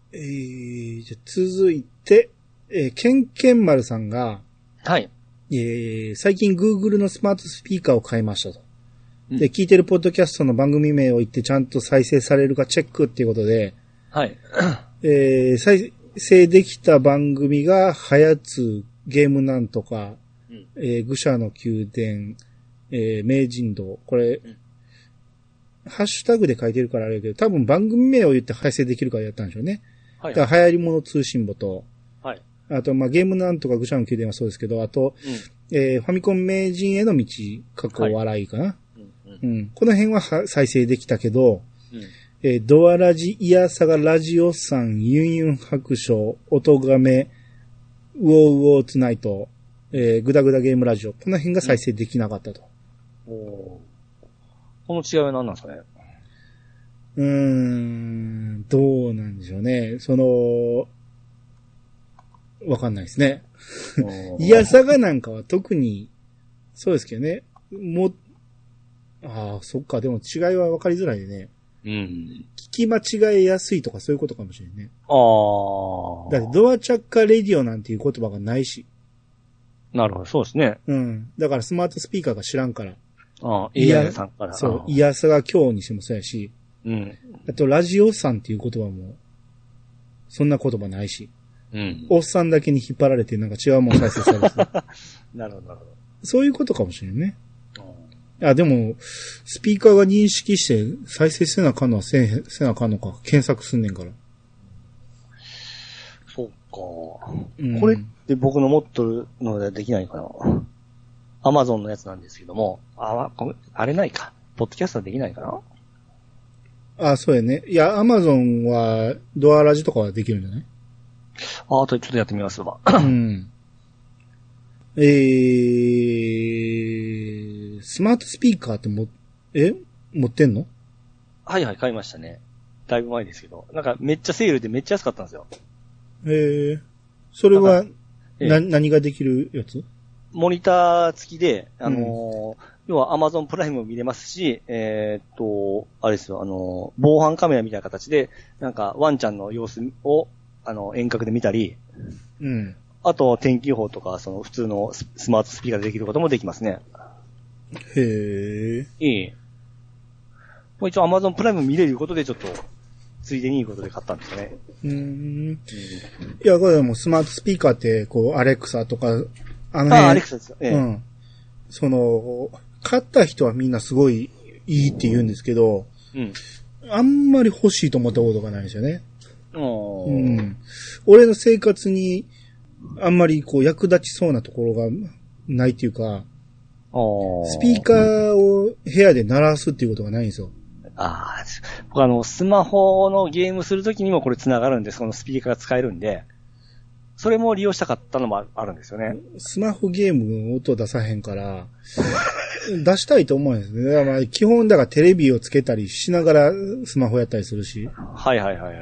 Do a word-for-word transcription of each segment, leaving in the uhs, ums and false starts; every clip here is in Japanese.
えー、じゃ続いて、えー、ケンケンマルさんが、 はい。 えー、最近 Google のスマートスピーカーを買いましたと。うん、で、聞いてるポッドキャストの番組名を言ってちゃんと再生されるかチェックっていうことで、 はい。 えー、再生できた番組が、はやつ、ゲームなんとか、うん、えー、愚者の宮殿、えー、名人堂、これ、うん、ハッシュタグで書いてるからあれだけど、多分番組名を言って再生できるからやったんでしょうね。はい、はい。だから流行り物通信簿と、はい。あと、まあ、ゲームなんとか愚者の宮殿はそうですけど、あと、うん、えー、ファミコン名人への道、過去笑いかな。はい、うん、うん。この辺は再生できたけど、うんえー、ドアラジ、イヤサガ、ラジオさん、ユンユン白書、音亀、ウォーウォーツナイト、えー、グダグダゲームラジオ、この辺が再生できなかったと。 うん、おこの違いは何なんですかね。 うーん、どうなんでしょうね。その、わかんないですね。イヤサガなんかは特に、そうですけどね。も、ああ、そっか、でも違いはわかりづらいでね。うん。聞き間違えやすいとかそういうことかもしれんね。ああ。だってドアチャッカレディオなんていう言葉がないし。 なるほど、そうですね。 うん。だからスマートスピーカーが知らんから。 ああ、エーアイ さんから。 そう、イヤサガ今日にしてもそうやし。うん。あと、ラジオさんっていう言葉も、そんな言葉ないし。うん。おっさんだけに引っ張られてなんか違うもん再生される。 なるほど、なるほど。 そういうことかもしれんね。あ、でも、スピーカーが認識して再生せなあかんのはせん、せなあかんのか。検索すんねんから。 そっか、うん。これって僕の持っとるのでできないかな。アマゾンのやつなんですけども。あ、あれないか。ポッドキャストはできないかな。 あ、そうやね。いや、アマゾンはドアラジとかはできるんじゃない？ あ、あとちょっとやってみますわ。うん。 えー、スマートスピーカーっても、え持ってんの？ はいはい、買いましたね。だいぶ前ですけど。なんかめっちゃセールでめっちゃ安かったんですよ。 えー、それは、な、えー、何ができるやつ？ モニター付きで、あのーうん、要は Amazon プライムも見れますし、えー、っと、あれですよ、あのー、防犯カメラみたいな形で、なんかワンちゃんの様子を、あの、遠隔で見たり、うん。あと、天気予報とか、その普通のスマートスピーカーでできることもできますね。 へえ。 いい。もう一応 Amazon プライム見れることでちょっと、ついでにいいことで買ったんですよね。うーん。うん、 いや、これもスマートスピーカーって、こう、アレクサとか、あのね。 あ、アレクサですよ。ええ。 うん。その、買った人はみんなすごいいいって言うんですけど、うん。あんまり欲しいと思ったことがないんですよね。うん。俺の生活に、あんまりこう役立ちそうなところがないっていうか、スピーカーを部屋で鳴らすっていうことがないんですよ。 ああ、僕あの、スマホのゲームするときにもこれ繋がるんです。このスピーカーが使えるんで、それも利用したかったのもあるんですよね。 スマホゲーム音出さへんから、出したいと思うんですね。だからまあ基本だからテレビをつけたりしながらスマホやったりするし。 はいはいはいはい。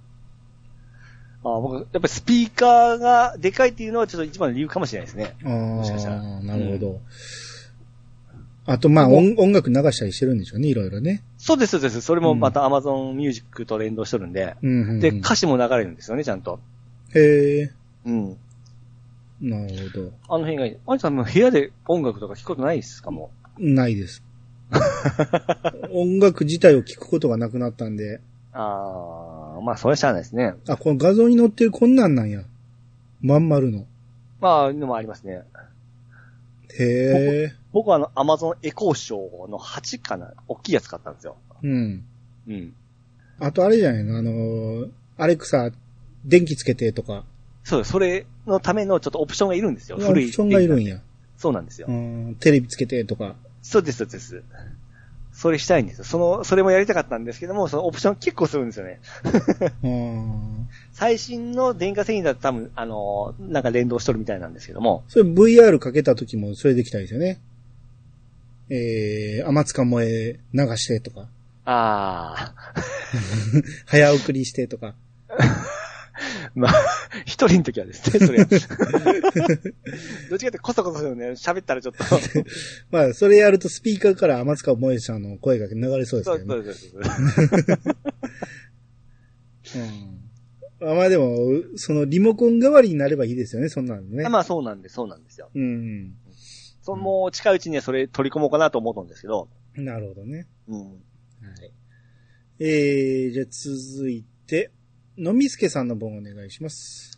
あ僕、やっぱりスピーカーがでかいっていうのはちょっと一番の理由かもしれないですね。ああ、もしかしたら。 なるほど。うん、あとまあ音、音楽流したりしてるんでしょうね、いろいろね。 そうです、そうです。それもまた Amazon Music と連動してるんで、うんうんうん、で、歌詞も流れるんですよね、ちゃんと。へえ。うん。 なるほど。 あの辺がいい。あいさんも部屋で音楽とか聞くことないですかもうないです。音楽自体を聞くことがなくなったんで。 ああ、まあ、それはしゃあないですね。 あ、この画像に載ってるこんなんなんや。まん丸の。 まあ、のもありますね。へえ。僕、僕はあの、Amazon エコーショーのはちかな、大きいやつ買ったんですよ。うん。 うん。あとあれじゃないのあの、アレクサ、電気つけてとか。 そうです。それのためのちょっとオプションがいるんですよ。 古い。オプションがいるんや。 そうなんですよ。 うん。テレビつけてとか。 そうです、そうです。それしたいんですよ。その、それもやりたかったんですけども、そのオプション結構するんですよね。最新の電化製品だと多分、あの、なんか連動しとるみたいなんですけども。 それ ブイアール かけた時もそれできたいですよね。えー、天塚萌え流してとか。ああ。早送りしてとか。 まあ、一人の時はですね、それは。どっちかってこそこそね、喋ったらちょっと。 まあ、それやるとスピーカーから天塚萌さんの声が流れそうですけどね。そうそうそうそう。うん。 まあでも、そのリモコン代わりになればいいですよね、そんなのね。 まあそうなんです、そうなんですよ。 うん。 そのもう近いうちにはそれ取り込もうかなと思うんですけど。 なるほどね。 うん。はい。 えー、じゃあ続いて、のみすけさんの本お願いします。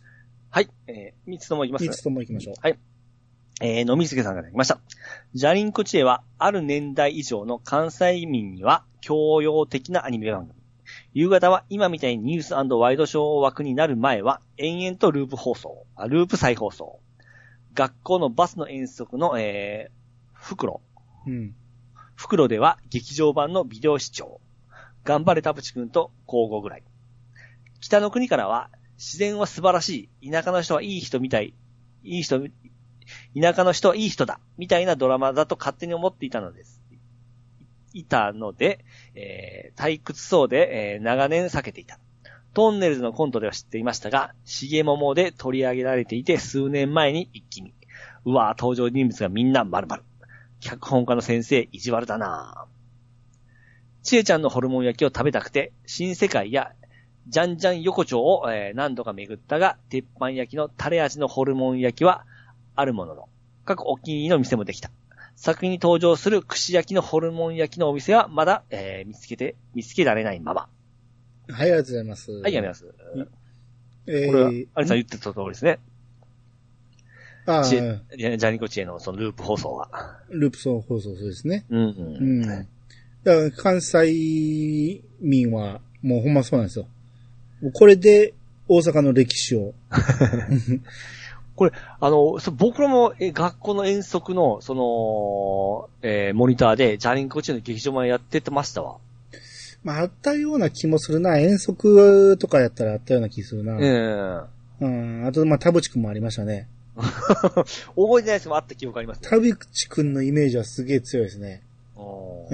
はい。えー、三つともいきますね。 三つともいきましょう。 はい。えー、のみすけさんがいきました。ジャリンコ知恵は、ある年代以上の関西民には教養的なアニメ番組。夕方は今みたいにニュース&ワイドショー枠になる前は延々とループ放送、ループ再放送。学校のバスの遠足の、えー、袋。 うん。 袋では劇場版のビデオ視聴。頑張れ田淵くんと交互ぐらい。北の国からは自然は素晴らしい。田舎の人はいい人みたい。いい人、田舎の人はいい人だ。みたいなドラマだと勝手に思っていたのです。いたので、えー、退屈そうで、えー、長年避けていた。トンネルズのコントでは知っていましたが、しげももで取り上げられていて数年前に一気に。うわぁ、登場人物がみんな丸々。脚本家の先生、意地悪だなぁ。ちえちゃんのホルモン焼きを食べたくて、新世界やジャンジャン横丁を、えー、何度か巡ったが、鉄板焼きのタレ味のホルモン焼きはあるものの、各お気に入りの店もできた。作品に登場する串焼きのホルモン焼きのお店はまだ、えー、見つけて、見つけられないまま。 はい、ありがとうございます。 はい、やめます。 えー、 これは、アリさん言ってた通りですね。 ああ。 ジャニコチエのそのループ放送は。 ループ放送そうですね。 うん、うん。 うん。だから関西民はもうほんまそうなんですよ。これで大阪の歴史を。 これ、あの、僕らもえ学校の遠足の、その、えー、モニターで、ジャリンコチェの劇場版やってましたわ。 まあ、あったような気もするな。遠足とかやったらあったような気するな。 ええー。うん。あと、まあ、田淵くんもありましたね。 覚えてないですけど、あった記憶ありますね。 田淵くんのイメージはすげえ強いですね。うん。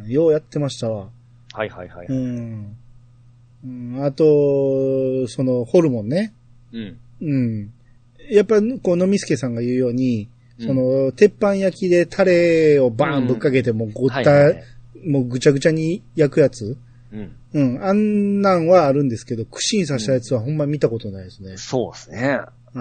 ようやってましたわ。 はいはいはい。 うん。うん、あと、その、ホルモンね。 うん。 うん。やっぱ、こう、のみすけさんが言うように、うん、その、鉄板焼きでタレをバーンぶっかけて、もうごった、はいはいはい、もうぐちゃぐちゃに焼くやつ。うん。うん。あんなんはあるんですけど、串に刺したやつはほんま見たことないですね。うん、 そうですね。 うん。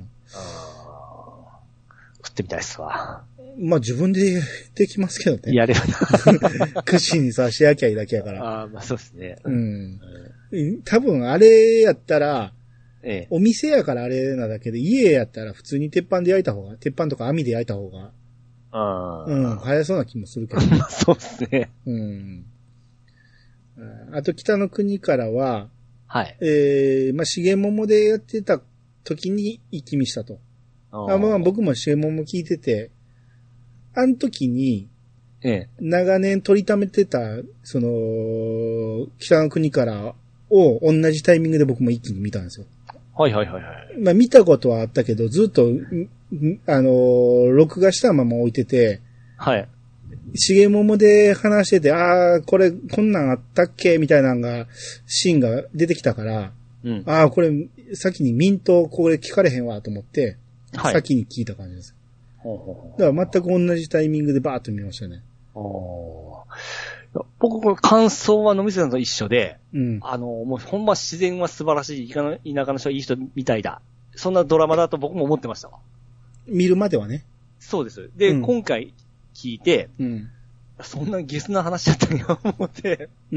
あ食ってみたいっすわ。 まあ自分でできますけどね。 やればな。串に刺して焼きゃいいだけやから。 ああ、まあそうですね。 うん。うん、多分あれやったら、ええ、お店やからあれなだけで、家やったら普通に鉄板で焼いた方が、鉄板とか網で焼いた方が、あうん、早そうな気もするけど。 そうですね。 うん。あと北の国からは、 はい。 えー、まあ、しげももでやってた時に一気見したと。あまあ、僕もしげもも聞いてて、あの時に、ええ、長年取りためてた、その、北の国からを同じタイミングで僕も一気に見たんですよ。 はいはいはいはい。 まあ見たことはあったけど、ずっと、あのー、録画したまま置いてて、 はい。 しげももで話してて、ああ、これ、こんなんあったっけみたいなのが、シーンが出てきたから、うん、ああ、これ、先にミント、これ聞かれへんわと思って、はい、先に聞いた感じです。ほうほうほうだから全く同じタイミングでバーッと見ましたね。 僕、これ感想は野水さんと一緒で、 うん、 あの、もうほんま自然は素晴らしい、田舎の人はいい人みたいだ。そんなドラマだと僕も思ってましたわ。 見るまではね。 そうです。で、うん、今回聞いて、 うん、 そんなゲスな話だったんや思って、 うん、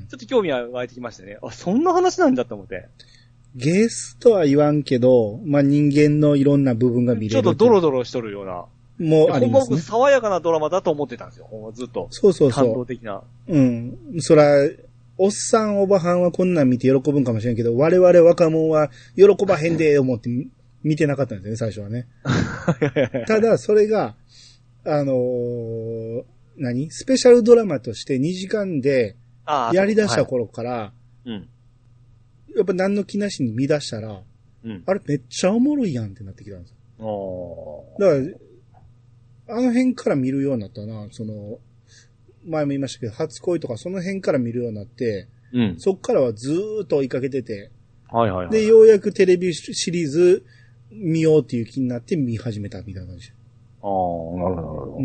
ちょっと興味は湧いてきましたね。あ、そんな話なんだと思って。 ゲスとは言わんけど、まあ、人間のいろんな部分が見れる。 ちょっとドロドロしとるような。 もうありますね。 ほんま僕爽やかなドラマだと思ってたんですよ。ほんまずっと。 そうそうそう。 感動的な。 うん。そら、おっさんおばはんはこんなん見て喜ぶんかもしれんけど、我々若者は喜ばへんで思って見てなかったんですよね、最初はね。ただ、それが、あのー、何スペシャルドラマとしてにじかんでやり出した頃から、はいうん、やっぱ何の気なしに見出したら、うん、あれめっちゃおもろいやんってなってきたんですよ。だから、あの辺から見るようになったな、その、前も言いましたけど、初恋とかその辺から見るようになって、うん、そっからはずーっと追いかけてて、 はいはいはい、 で、ようやくテレビシリーズ見ようっていう気になって見始めたみたいな感じ。 ああ、なるほど、なるほど。 うん。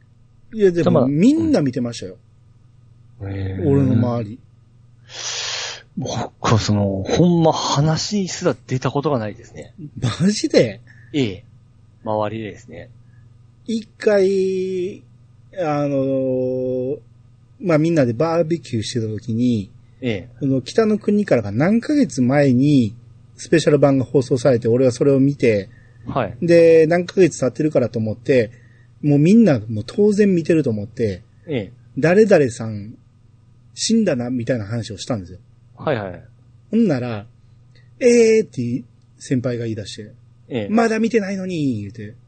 いや、でも、みんな見てましたよ。俺の周り。 僕、その、ほんま話にすら出たことがないですね。 マジで？ ええ。周りでですね。 一回、あのー、まあ、みんなでバーベキューしてた時に、 ええ。 この北の国からが何ヶ月前にスペシャル版が放送されて、俺はそれを見て、 はい。 で、何ヶ月経ってるからと思って、もうみんなもう当然見てると思って、 ええ。 誰々さん死んだな、みたいな話をしたんですよ。 はいはい。 ほんなら、えーって先輩が言い出して、 ええ。 まだ見てないのに、言うて。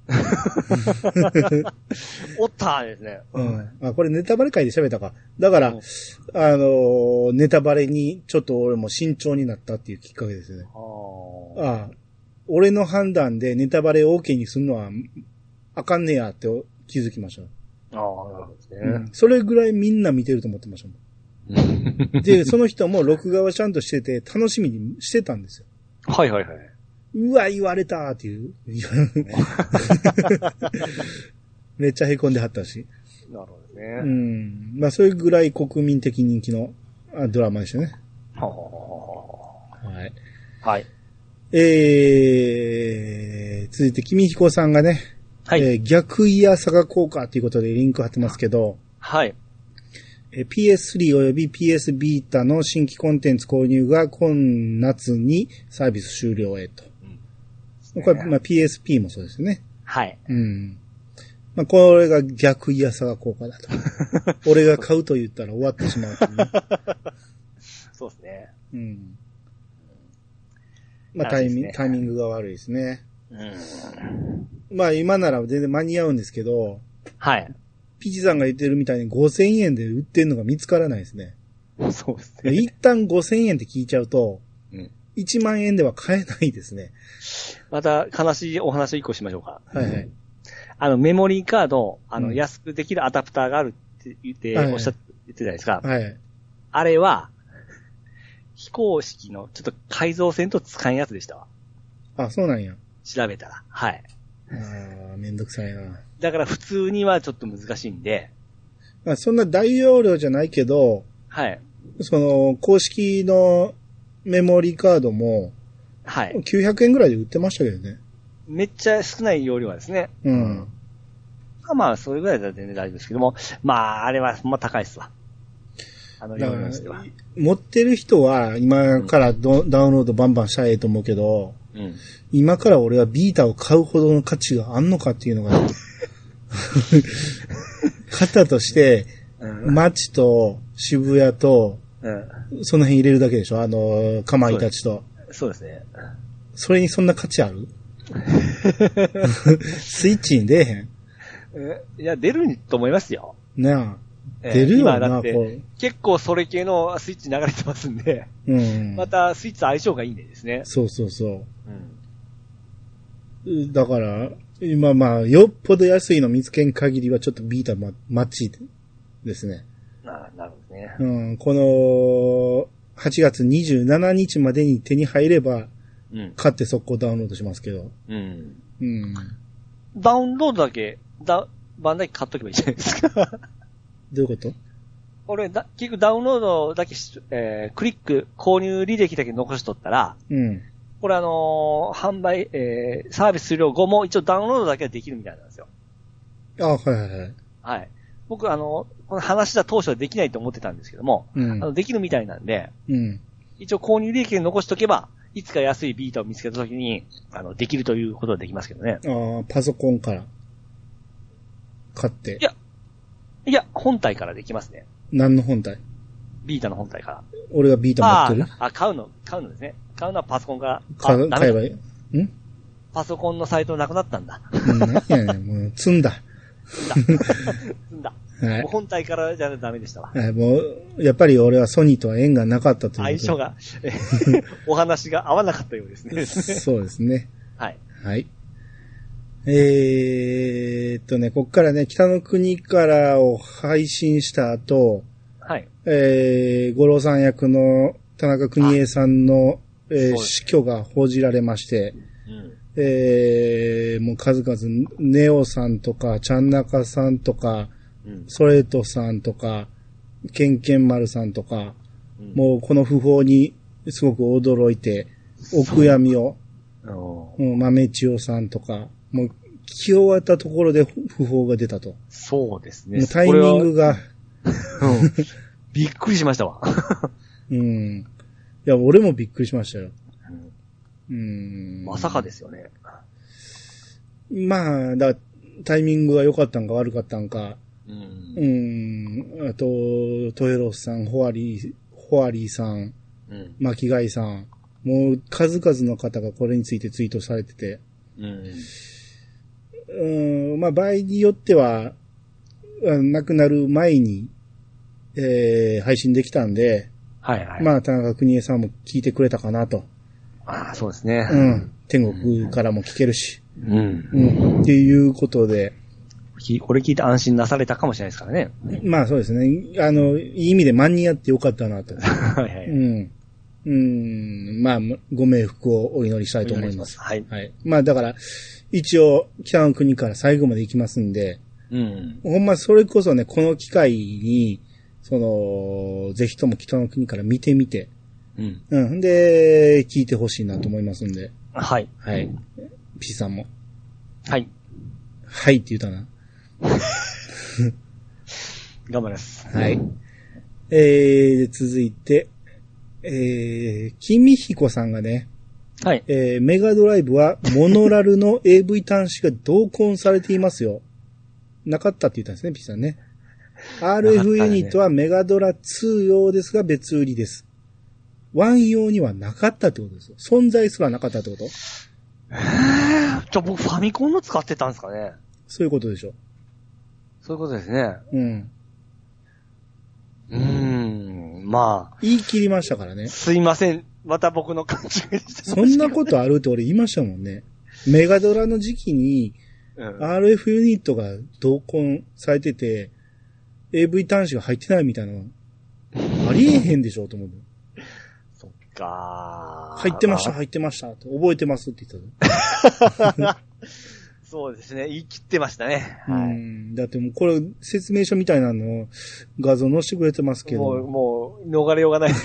おったーですね。 うん。あ、これネタバレ会で喋ったか。だから、うん、あのー、ネタバレにちょっと俺も慎重になったっていうきっかけですよね。ああ。俺の判断でネタバレを OK にするのはあかんねやって気づきました。 ああ、なるほどですね、 うん。それぐらいみんな見てると思ってましたもん。で、その人も録画はちゃんとしてて楽しみにしてたんですよ。 はいはいはい。 うわ、言われたーっていう。めっちゃ凹んではったし。 なるほどね。 うん。まあ、それぐらい国民的人気のドラマでしたね。 ははははい。 はい。 えー、続いて、君彦さんがね、はい。えー、逆イヤサガ効果ということでリンク貼ってますけど、はい。ピーエススリー および ピーエス ビータの新規コンテンツ購入が今夏にサービス終了へと。うん、これ、まあ、ピーエスピー もそうですね。はい。うん。まあ、これが逆イヤサガ効果だと。俺が買うと言ったら終わってしまうという、ね。 そうですね。 うん。まあ、タイミング、タイミングが悪いですね。うん。まあ、今なら全然間に合うんですけど。はい。ピチさんが言ってるみたいにごせんえんで売ってるのが見つからないですね。そうですね。一旦ごせんえんって聞いちゃうと、うん、いちまんえんでは買えないですね。 また悲しいお話を一個しましょうか。はいはい。あの、メモリーカード、あの、うん、安くできるアダプターがあるって言って、おっしゃって、言ってたじゃないですか。はい。あれは、非公式のちょっと改造せんと使えんやつでしたわ。 あ、そうなんや。 調べたら。はい。 ああ、めんどくさいな。 だから普通にはちょっと難しいんで。 まあ、そんな大容量じゃないけど、はい。その、公式のメモリーカードも、はい。きゅうひゃくえんぐらいで売ってましたけどね。 めっちゃ少ない容量はですね。うん。まあまあ、それぐらいだと全然大丈夫ですけども、まあ、あれはほんま高いっすわ。あの容量にしては。 持ってる人は今からド、うん、ダウンロードバンバンしたらええと思うけど、うん、今から俺はビータを買うほどの価値があんのかっていうのが、型として、うん、街と渋谷と、うん、その辺入れるだけでしょあの、かまいたちと。 そうですね。 それにそんな価値あるスイッチに出えへんいや、出ると思いますよ。 なあ。出るよな、 今だって結構それ系のスイッチ流れてますんで、うん、またスイッチと相性がいいんでですね。 そうそうそう。うん、だから、今まあ、よっぽど安いの見つけん限りはちょっとビータマッチですね。 ああ、なるほどね。 うん、この、はちがつにじゅうしちにちまでに手に入れば、うん、買って速攻ダウンロードしますけど。うん。 うん。ダウンロードだけ、だ、バンダイ買っとけばいいじゃないですか。 どういうこと俺だ、結局ダウンロードだけし、えー、クリック、購入履歴だけ残しとったら、うん。これあのー、販売、えー、サービス終了後も一応ダウンロードだけはできるみたいなんですよ。 あ、はいはいはい。 はい。僕あの、この話した当初はできないと思ってたんですけども、うん、あのできるみたいなんで、うん。一応購入履歴で残しとけば、いつか安いビータを見つけたときに、あの、できるということはできますけどね。 ああ、パソコンから。買って。 いや、いや、本体からできますね。 何の本体？ ビータの本体から。 俺がビータ持ってる？ ああ、買うの、買うのですね。買うのはパソコンから。 買う、買えばいい？ん？ パソコンのサイトなくなったんだ。 うん、何やねん、もう、積んだ。 積んだ。積んだ。はい。本体からじゃダメでしたわ。 はい、もう、やっぱり俺はソニーとは縁がなかったということで。 相性が、お話が合わなかったようですね。 そうですね。 はい。 はい。えーっとね、こっからね、北の国からを配信した後、はい。えー、五郎さん役の田中邦衛さんの、えー、死去が報じられまして、うん、えー、もう数々、ネオさんとか、ちゃんなかさんとか、うん、ソレトさんとか、ケンケンマルさんとか、うん、もうこの訃報にすごく驚いて、お悔やみを、 うん、 豆千代さんとか、もう、聞き終わったところで訃報が出たと。 そうですね。 もうタイミングが、 うん、びっくりしましたわ。 うん。いや、俺もびっくりしましたよ。うん。 まさかですよね。 まあ、だ、タイミングが良かったんか悪かったんか。 うん。 うん。あと、トヘロスさん、ホワリー、ホワリーさん、うん、巻貝さん。もう数々の方がこれについてツイートされてて。うん。うん、まあ場合によっては、亡くなる前に、えー、配信できたんで。はいはい。まあ田中邦衛さんも聞いてくれたかなと。 ああ、そうですね。 うん。天国からも聞けるし。 うん。 うん。っていうことで。 これ聞いて安心なされたかもしれないですからね。 まあそうですね。あの、いい意味で間に合ってよかったなと。はいはい。うん。うん。まあ、ご冥福をお祈りしたいと思います。 はい。 はい。まあだから、一応、北の国から最後まで行きますんで。うん。ほんまそれこそね、この機会に、その、ぜひとも北の国から見てみて。うん。うん。で、聞いてほしいなと思いますんで。 はい。 はい。P さんも。 はい。 はいって言ったな。 頑張ります。 はい。えー、続いて、えー、君彦さんがね、はい。えー、メガドライブはモノラルの エーブイ 端子が同梱されていますよ。なかったって言ったんですね、P さんね。アールエフ ユニットはメガドラツー用ですが別売りです。ワン用にはなかったってことですよ。存在すらなかったってこと？ えー、じゃあ僕ファミコンの使ってたんですかね。 そういうことでしょ。 そういうことですね。 うん。 うーん、まあ。 言い切りましたからね。 すいません。また僕の勘違いでした。 そんなことあるって俺言いましたもんね。メガドラの時期に、アールエフ ユニットが同梱されてて、エーブイ 端子が入ってないみたいなの、ありえへんでしょと思う。 そっかー。入ってました、入ってました。覚えてますって言ったの。 そうですね。言い切ってましたね。 はい。うん。だってもうこれ説明書みたいなのを画像載せてくれてますけど。 もう、もう、逃れようがないです。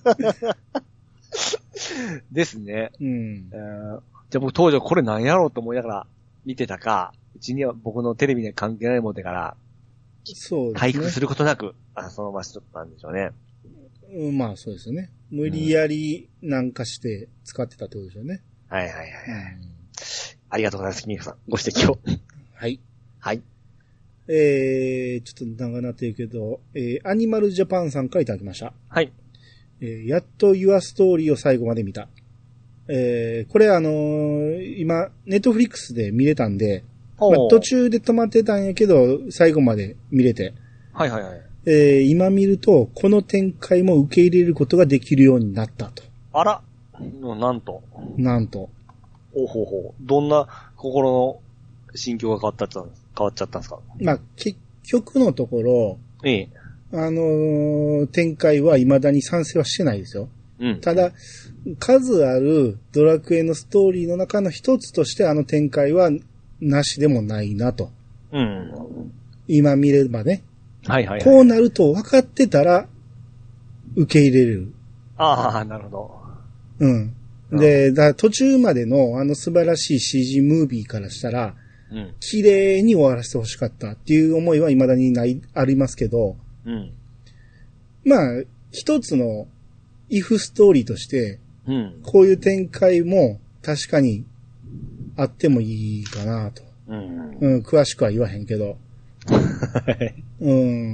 ですね。うん。えー、じゃあ僕当時はこれ何やろうと思いながら見てたか、うちには僕のテレビには関係ないもんでから、 そうですね。 回復することなく、あそのまましとったんでしょうね。 うん、まあそうですよね。無理やりなんかして使ってたってことでしょうね。 うん、はいはいはい。うん、ありがとうございます、君さん。ご指摘を。 はい。 はい。 えー、ちょっと長なってるけど、えー、アニマルジャパンさんからいただきました。 はい。 えー、やっと Your Story を最後まで見た。えー、これあのー、今、ネットフリックスで見れたんで、まあ、途中で止まってたんやけど、最後まで見れて。 はいはいはい。 えー、今見ると、この展開も受け入れることができるようになったと。 あら、なんと。 なんと。 おほほ。どんな心の心境が変わったっ変わっちゃったんですか？ まあ、結局のところ、 ええ。 あのー、展開は未だに賛成はしてないですよ。 うん。 ただ、数あるドラクエのストーリーの中の一つとしてあの展開はなしでもないなと。 うん。 今見ればね。 はいはい、はい。 こうなると分かってたら、受け入れる。 ああ、なるほど。 うん。で、だ途中までのあの素晴らしい シージー ムービーからしたら、うん、綺麗に終わらせてほしかったっていう思いは未だにない、ありますけど、 うん、 まあ、一つのイフストーリーとして、 うん、 こういう展開も確かにあってもいいかなと。 うんうん、詳しくは言わへんけど。うー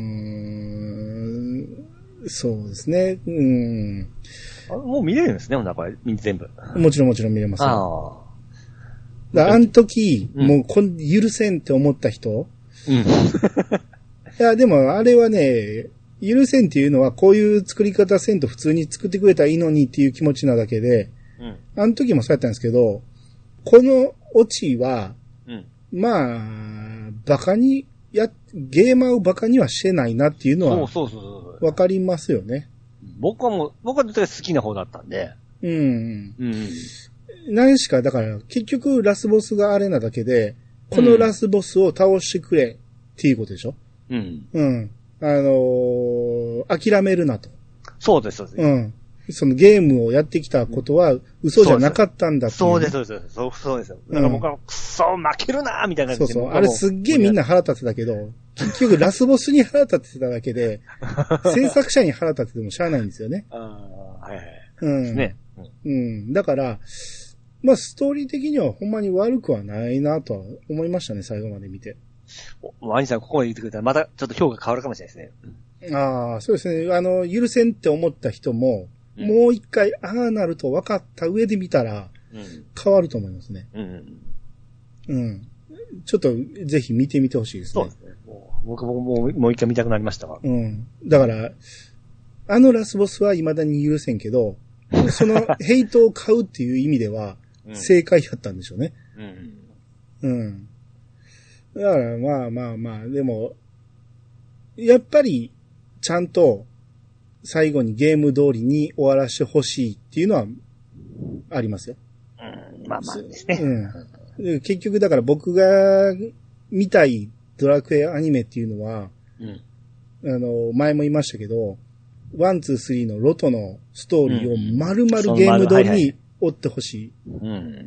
ん、そうですね。うん。 あ、もう見れるんですね、ほんならこれ、全部。 もちろんもちろん見れますよ。 ああ。だあの時、うん、もうこん許せんって思った人、 うん、いや、でもあれはね、許せんっていうのはこういう作り方せんと普通に作ってくれたらいいのにっていう気持ちなだけで、 うん、 あの時もそうやったんですけど、このオチは、 うん、 まあ、バカに、や、ゲーマーをバカにはしてないなっていうのは、 そうそうそうそう。 わかりますよね。 僕はもう、僕は絶対好きな方だったんで。 うん。 うん。 何しか、だから、結局ラスボスがあれなだけで、このラスボスを倒してくれっていうことでしょ？ うん。 うん。あのー、諦めるなと。 そうです、そうです。 うん。 そのゲームをやってきたことは嘘じゃなかったんだっていう。 そうです、そうです、そうです。そうですよ。だから僕は、くそ、負けるなーみたいな感じで。 そうそう。あれすっげえみんな腹立ってたけど、結局ラスボスに腹立ってただけで、制作者に腹立っててもしゃあないんですよね。 ああ、はいはい。 うん。 ですね。 うん。だから、まあストーリー的にはほんまに悪くはないなとは思いましたね、最後まで見て。 ワニさんここまで言ってくれたらまたちょっと評価変わるかもしれないですね。ああ、そうですね。あの、許せんって思った人も、うん、もう一回、ああなると分かった上で見たら、変わると思いますね。うん。うん。ちょっと、ぜひ見てみてほしいですね。そうですね。 もう僕ももう、もう一回見たくなりましたわ。 うん。だから、あのラスボスは未だに許せんけど、そのヘイトを買うっていう意味では、正解やったんでしょうね。うん。うん。だから、まあまあまあ、でも、やっぱり、ちゃんと、最後にゲーム通りに終わらしてほしいっていうのは、ありますよ。 うん、まあまあですね。 うん。結局、だから僕が見たいドラクエアニメっていうのは、うん、あの、前も言いましたけど、ワン、ツー、スリーのロトのストーリーを丸々ゲーム通りに追ってほしい。うん。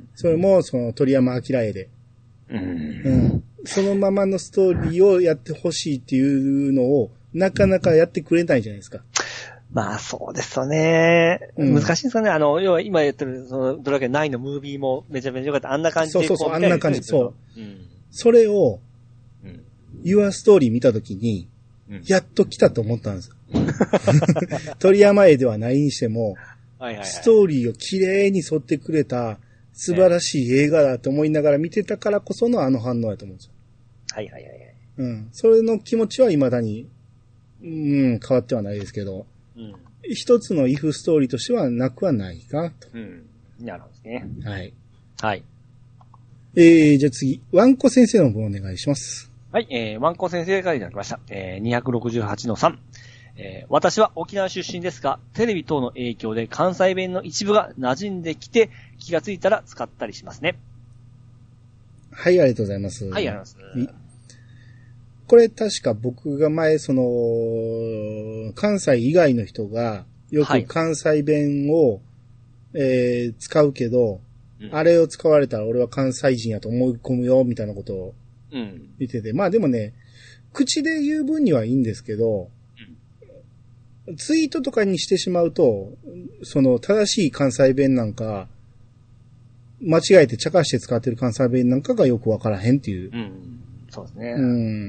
それも、その鳥山明絵で。うん。うん。そのままのストーリーをやってほしいっていうのを、なかなかやってくれないじゃないですか。 まあそうですよね。うん、難しいですよね。あの、要は今やってる、そのドラクエナインのムービーもめちゃめちゃ良かった。あんな感じで。 そうそうそう、あんな感じ。そう。うん、それを、うん、Your Story 見たときに、うん、やっと来たと思ったんですよ。鳥山絵ではないにしても、はいはいはい、ストーリーを綺麗に沿ってくれた素晴らしい映画だと思いながら見てたからこそのあの反応やと思うんですよ。 はいはいはいはい。 うん。それの気持ちは未だに、うん、変わってはないですけど、うん、一つのイフストーリーとしてはなくはないかと。 うん。なるほどですね。 はい。 はい。 えー、じゃあ次、ワンコ先生の分お願いします。 はい、えー、ワンコ先生からいただきました。えー、にひゃくろくじゅうはちのさん。えー、私は沖縄出身ですが、テレビ等の影響で関西弁の一部が馴染んできて、気がついたら使ったりしますね。 はい、ありがとうございます。 はい、ありがとうございます。 これ確か僕が前、その、関西以外の人が、よく関西弁を、はい、えー、使うけど、うん、あれを使われたら俺は関西人やと思い込むよ、みたいなことを言ってて。うん、まあでもね、口で言う分にはいいんですけど、うん、ツイートとかにしてしまうと、その正しい関西弁なんか、間違えて茶化して使ってる関西弁なんかがよくわからへんっていう。 うん、そうですね。 うん。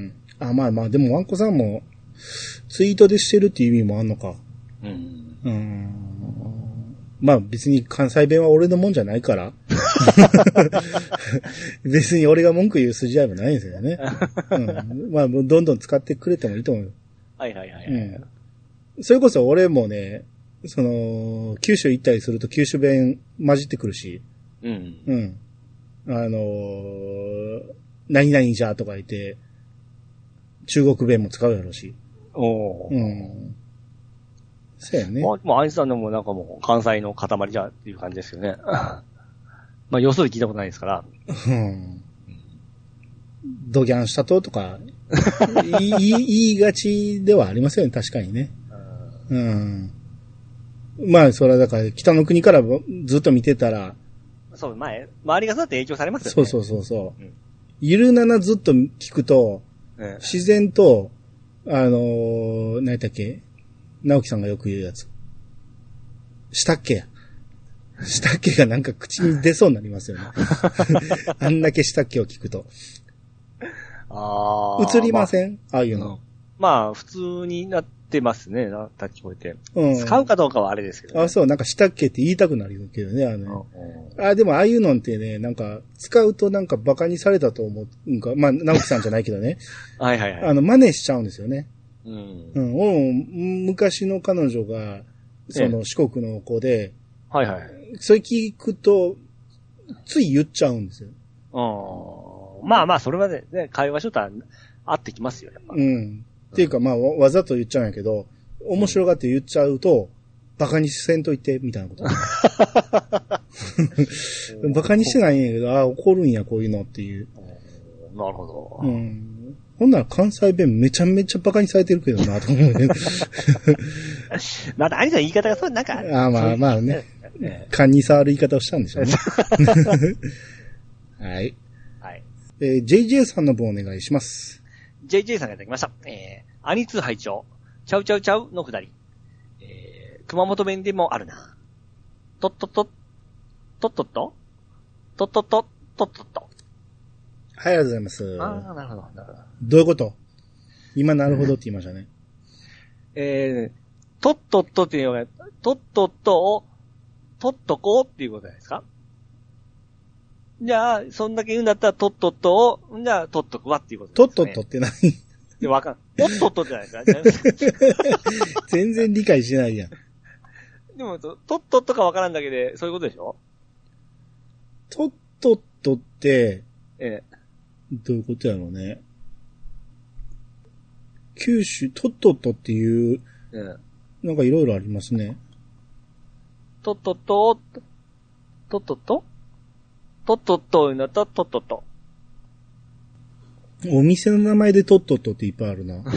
あ、まあまあ、でもワンコさんも、ツイートでしてるっていう意味もあんのか。うん。うん。まあ別に関西弁は俺のもんじゃないから。別に俺が文句言う筋合いもないんですよね。うん。まあどんどん使ってくれてもいいと思うよ。 はいはいはい、はい。 うん。それこそ俺もね、その、九州行ったりすると九州弁混じってくるし。うん。うん。あのー、何々じゃとか言って、中国弁も使うやろうし。おー。うん。そうやね。 まあ、まあ、アインスタンでもなんかもう関西の塊じゃっていう感じですよね。まあ、よそで聞いたことないですから。うん。 ドギャンしたととか、言い、言いがちではありますよね、確かにね。うん。まあ、それはだから、北の国からずっと見てたら、 そう、前、周りがそうやって影響されますよね。 そうそうそうそう。うん、ゆるななずっと聞くと、うん、自然と、あのー、何だっけ直樹さんがよく言うやつ。したっけしたっけがなんか口に出そうになりますよね。あんだけしたっけを聞くと。ああ。映りません、まあ、ああいうの、うん。 まあ、普通になってますね。なった聞こえて、うん。使うかどうかはあれですけど、ね。 あ、そう、なんかしたっけって言いたくなるけどね、あの、うん、あ、でもああいうのってね、なんか、使うとなんか馬鹿にされたと思うんか、まあ、直樹さんじゃないけどね。 はいはいはい。 あの、真似しちゃうんですよね。うん。うん。俺も昔の彼女が、その四国の子で、はいはい。それ聞くと、つい言っちゃうんですよ。 うん。まあまあ、それまでね、会話しとったら、合ってきますよ、やっぱ。 うん。っていうか、まあ、わざと言っちゃうんやけど、面白がって言っちゃうと、バカにせんといて、みたいなこと。バカにしてないんやけど、ああ、怒るんや、こういうのっていう。 なるほど。 うん。 ほんなら関西弁めちゃめちゃバカにされてるけどな、と思うね。 また、兄さん言い方がそう、なんか。 あまあまあね。勘に触る言い方をしたんでしょうね。はい。 はい。 えー、ジェイジェー さんの分お願いします。 ジェイジェー さんがいただきました。えー、アニツー拝聴ちゃうちゃうちゃうのくだり。えー、熊本弁でもあるな。とっとっと、とっとっと、とっとっと、とっとっと。 はい、ありがとうございます。 ああ、なるほど、なるほど。 どういうこと今なるほどって言いましたね。 えー、とっとっとっていうのが、とっとっとを、とっとこうっていうことじゃないですか。じゃあ、そんだけ言うんだったら、とっとっとを、じゃあ、とっとくわっていうことですね。 とっとっとって何で、わかんない。おっとっとじゃないですか。 全然理解しないやん。 でも、とっとっとかわからんだけで、そういうことでしょ？ とっとっとって、 ええ。 どういうことやろうね。九州、とっとっとっていう、ええ、なんかいろいろありますね。 とっとっと、とっとっととっとっとになったらとっとっと。 お店の名前でとっとっとっていっぱいあるな。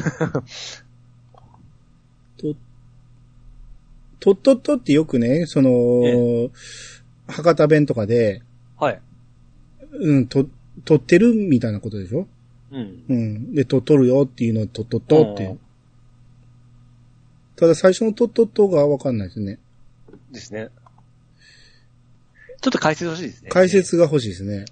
と、とっとっとってよくね、その、博多弁とかで、 はい。 うん、と、とってるみたいなことでしょ？うん。うん。で、とっとるよっていうのをとっとっとっていう。ただ最初のとっとっとがわかんないですね。 ですね。ちょっと解説欲しいですね。 解説が欲しいですね。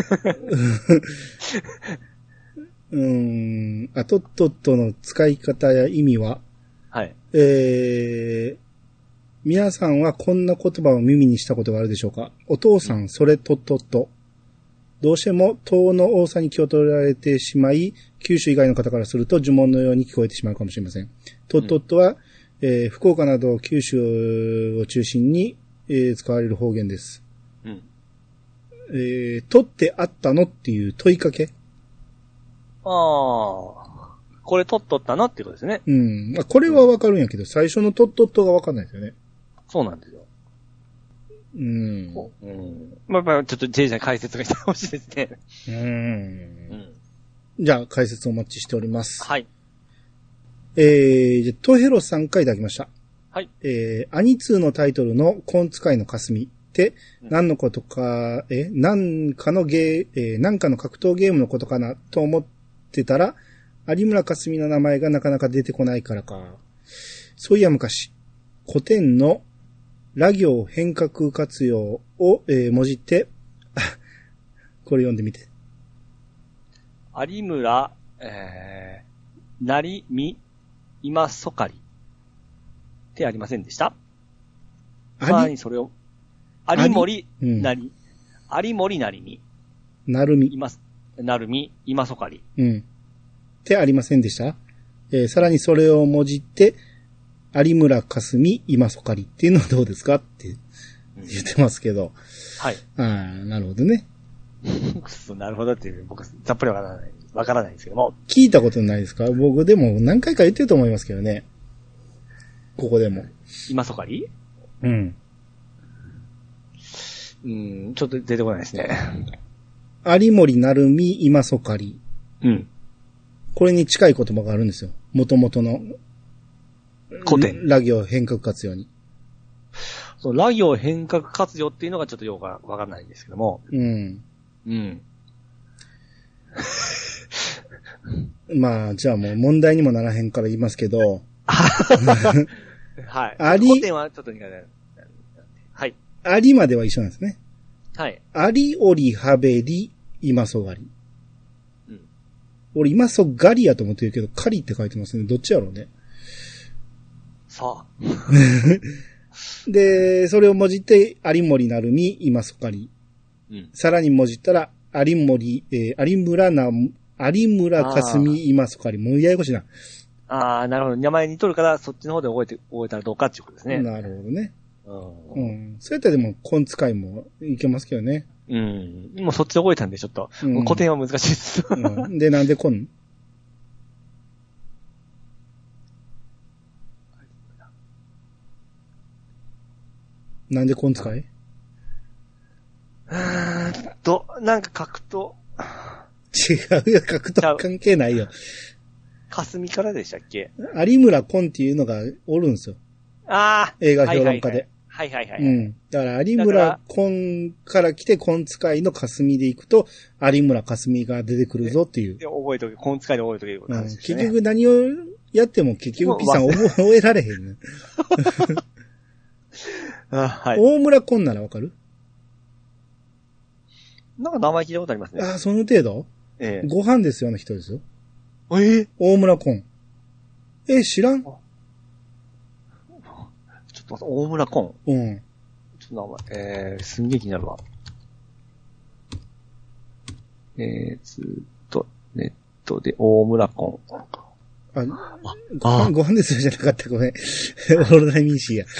うーん。あ、とっとっとの使い方や意味は、 はい。 えー、皆さんはこんな言葉を耳にしたことがあるでしょうか？お父さん、それとっとっと。どうしても、東の多さに気を取られてしまい、九州以外の方からすると呪文のように聞こえてしまうかもしれません。とっとっとは、うん、えー、福岡など九州を中心に、えー、使われる方言です。うん。えー、とってあったのっていう問いかけ。 ああ。これとっとったのっていうことですね。 うん。まあ、これはわかるんやけど、最初のとっとっとがわかんないですよね。 そうなんですよ。 うん。 うん。まあ、まあ、ちょっと J さん解説がしてほしいですね。 うん。うん。じゃあ、解説お待ちしております。 はい。 えー、じゃトヘロさんからいただきました。 はい。 えー、アニツーのタイトルのコン使いの霞って、何のことか、え、何かのゲー、えー、何かの格闘ゲームのことかなと思ってたら、有村架純の名前がなかなか出てこないからか。そういや昔、古典のラ行変革活用を、えー、もじって、これ読んでみて。 有村、えー、なりみ、今そかり。ってありませんでしたさらにそれを、有森なり、うん、有森なりみ。 なるみ。 今、なるみ、今そかり。 うん。ってありませんでした、えー、さらにそれをもじって、有村架純、今そかりっていうのはどうですかって言ってますけど。うん、 はい。 ああ、なるほどね。 なるほどっていう、僕、ざっぱりわからない、わからないんですけども。 聞いたことないですか？僕でも何回か言ってると思いますけどね。ここでも。 今そかり？ うん。 うん、ちょっと出てこないですね。 有森成美今そかり。 うん。 これに近い言葉があるんですよ。元々の。 古典。 ラ行変革活用に。 そう、ラ行変革活用っていうのがちょっとよくわからないんですけども。 うん。 うん。 まあ、じゃあもう問題にもならへんから言いますけど。 はい。あり。古典はちょっと苦手。はい。 ありまでは一緒なんですね。 はい。 ありおりはべり、今そがり。うん。俺今そがりやと思ってるけど、かりって書いてますね。どっちやろうね。 さあ。 で、それをもじって、有森なるみ、今そかり。うん。さらにもじったら、有森、えー、有村な、有村かすみ、今そかり。もうややこしいな。 ああ、なるほど。名前にとるから、そっちの方で覚えて、覚えたらどうかっていうことですね。 なるほどね。うん。そうやったらでも、コン使いもいけますけどね。 うん。もうそっちで覚えたんで、ちょっと。うん、もう古典は難しいです。 うん。で、なんでコンなんでコン使いうーんと、なんか格闘。 違うよ、格闘関係ないよ。 霞からでしたっけ？ 有村昆っていうのがおるんですよ。 ああ。 映画評論家で。 はいはいはい。 うん。だから有村昆から来て昆使いの霞で行くと、有村霞が出てくるぞっていう。 で覚えとけ、昆使いで覚えとけることなんですね。 結局何をやっても結局 P さん覚えられへんね。 あ、はい。 大村昆ならわかる？ なんか名前聞いたことありますね。 ああ、その程度？ええ。ご飯ですよの人ですよ。 ええ。 大村昆。え、知らん？ちょっと待って、大村昆。 うん。 ちょっと名前、えー、すんげえ気になるわ。えー、ずーっと、ネットで、大村昆。 あ、ご飯、ご飯ですよじゃなかった。ごめん。オールナイミーシーや。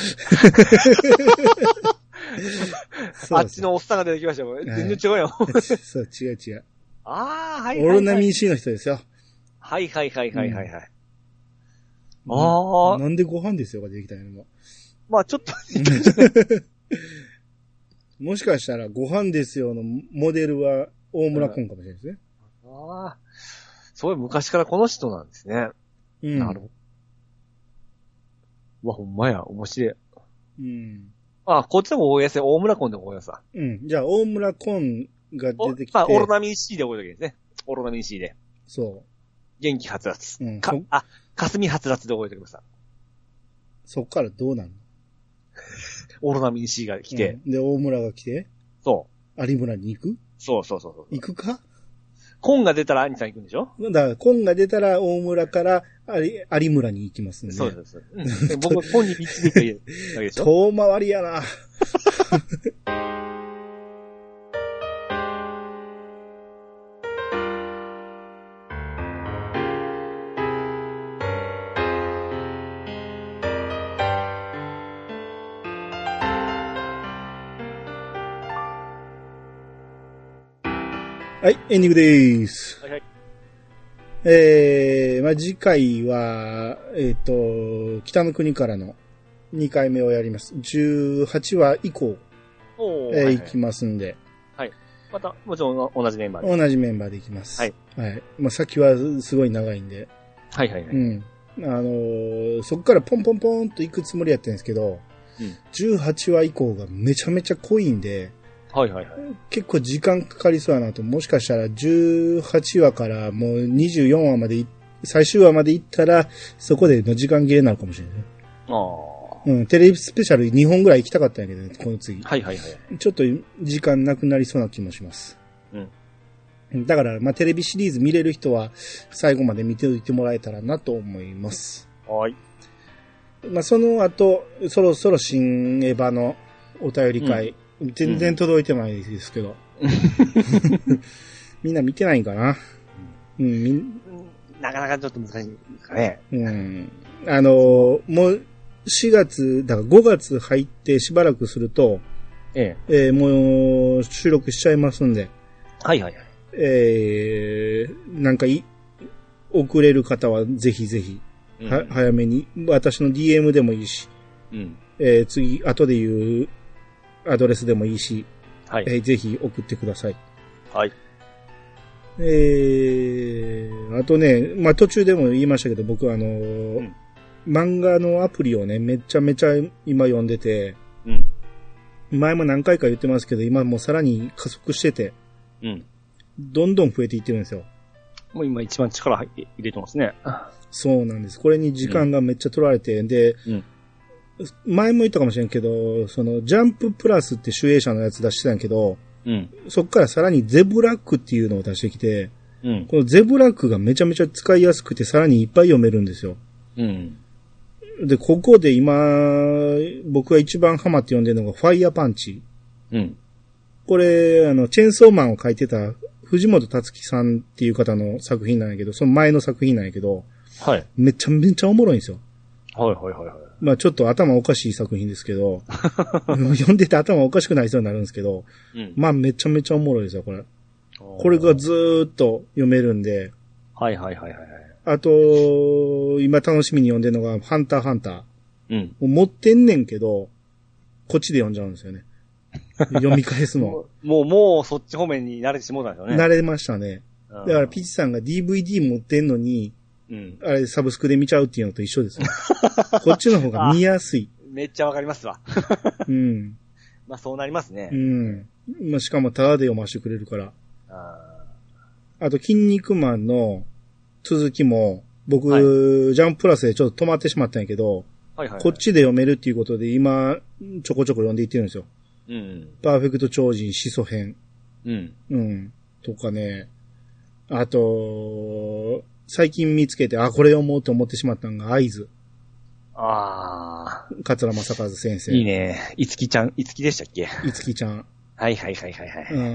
あっちのおっさんが出てきましたもん。全然違うよ。 そう、違う違う。 ああ、はいはい、はい。 オールナイミーシーの人ですよ。 はいはいはいはいはい、はい。うん、ああ。 なんでご飯ですよが出てきたのも。 まあちょっと。 もしかしたらご飯ですよのモデルは大村昆かもしれないですね。 うん、ああ。そういう昔からこの人なんですね。うん。なるほど。うわ、ほんまや、面白い。うん。あ、こっちでも大安、大村昆でも大安さ。 うん。じゃあ、大村昆が出てきて。 まあ、オロナミン C で覚えとけですね。オロナミン C で。 そう。 元気はつらつ。うん。か、あ、霞はつらつで覚えてください。 そっからどうなんの？ オロナミン C が来て、 うん。で、大村が来て。 そう。 有村に行く？ そうそうそうそう。 行くか？ コンが出たら兄さん行くんでしょ？ だから、コンが出たら大村から有村に行きますんで。 そうです。うん、僕はコンに導いてるわけでしょ？ 遠回りやな。はい、エンディングでーす。はいはい。えー、まあ、次回は、えっ、ー、と、北の国からのにかいめをやります。じゅうはちわ以降、おー、えーはいはい、行きますんで。はい。 また、もちろん同じメンバーで。 同じメンバーで行きます。はい。はい。まあ、先はすごい長いんで。 はいはいはい。うん。 あのー、そこからポンポンポンと行くつもりやったんですけど、うん、じゅうはちわ以降がめちゃめちゃ濃いんで、はいはいはい。結構時間かかりそうやなと、もしかしたらじゅうはちわからもうにじゅうよんわまで、最終話まで行ったら、そこでの時間切れになるかもしれない。ああ。うん、テレビスペシャルにほんぐらい行きたかったんやけどね、この次。はいはいはい。ちょっと時間なくなりそうな気もします。うん。だから、まあ、テレビシリーズ見れる人は、最後まで見ておいてもらえたらなと思います。はい。まあ、その後、そろそろ新エヴァのお便り会、うん全然届いてないですけど。うん、みんな見てないんかな、うん、みんなかなかちょっと難しいかね。 うん。あのー、もうしがつ、だからごがつ入ってしばらくすると、えええー、もう収録しちゃいますんで。はいはいはい。えー、なんかい、遅れる方はぜひぜひ、うん、は早めに、私の ディーエム でもいいし、うんえー、次、後で言う、アドレスでもいいし、はいえー、ぜひ送ってください。はい。えー、あとね、まあ、途中でも言いましたけど、僕はあのーうん、漫画のアプリをね、めちゃめちゃ今読んでて、うん、前も何回か言ってますけど、今もうさらに加速してて、うん、どんどん増えていってるんですよ。 もう今一番力入って入れてますね。 そうなんです。これに時間がめっちゃ取られて、うん、で、うん前も言ったかもしれんけど、その、ジャンププラスって主演者のやつ出してたんやけど、うん、そっからさらにゼブラックっていうのを出してきて、うん、このゼブラックがめちゃめちゃ使いやすくてさらにいっぱい読めるんですよ。うん、で、ここで今、僕が一番ハマって読んでるのがファイヤーパンチ。うん、これ、あの、チェーンソーマンを書いてた藤本達樹さんっていう方の作品なんやけど、その前の作品なんやけど、はい。めちゃめちゃおもろいんですよ。はいはいはいはい。まあちょっと頭おかしい作品ですけど、読んでて頭おかしくなりそうになるんですけど、うん、まあめちゃめちゃおもろいですよ、これ。これがずーっと読めるんで。はいはいはいはい。あと、今楽しみに読んでるのが、ハンターハンター。うん。持ってんねんけど、こっちで読んじゃうんですよね。読み返すの。 もう、もうそっち方面に慣れてしもうたんですよね。 慣れましたね。 だからピチさんが ディーブイディー 持ってんのに、うん、あれサブスクで見ちゃうっていうのと一緒ですよ。こっちの方が見やすい。 めっちゃわかりますわ。うん。まあそうなりますね。 うん。まあしかもタダで読ませてくれるから。あ, あと、筋肉マンの続きも、僕、はい、ジャンププラスでちょっと止まってしまったんやけど、はいはいはい、こっちで読めるっていうことで今、ちょこちょこ読んでいってるんですよ。うん。パーフェクト超人始祖編。うん。うん。とかね。あと、最近見つけて、あ、これ読もうと思ってしまったのが、合図。ああ。桂正和先生。 いいね。いつきちゃん、いつきでしたっけ？ いつきちゃん。 はいはいはいはいはい。うん。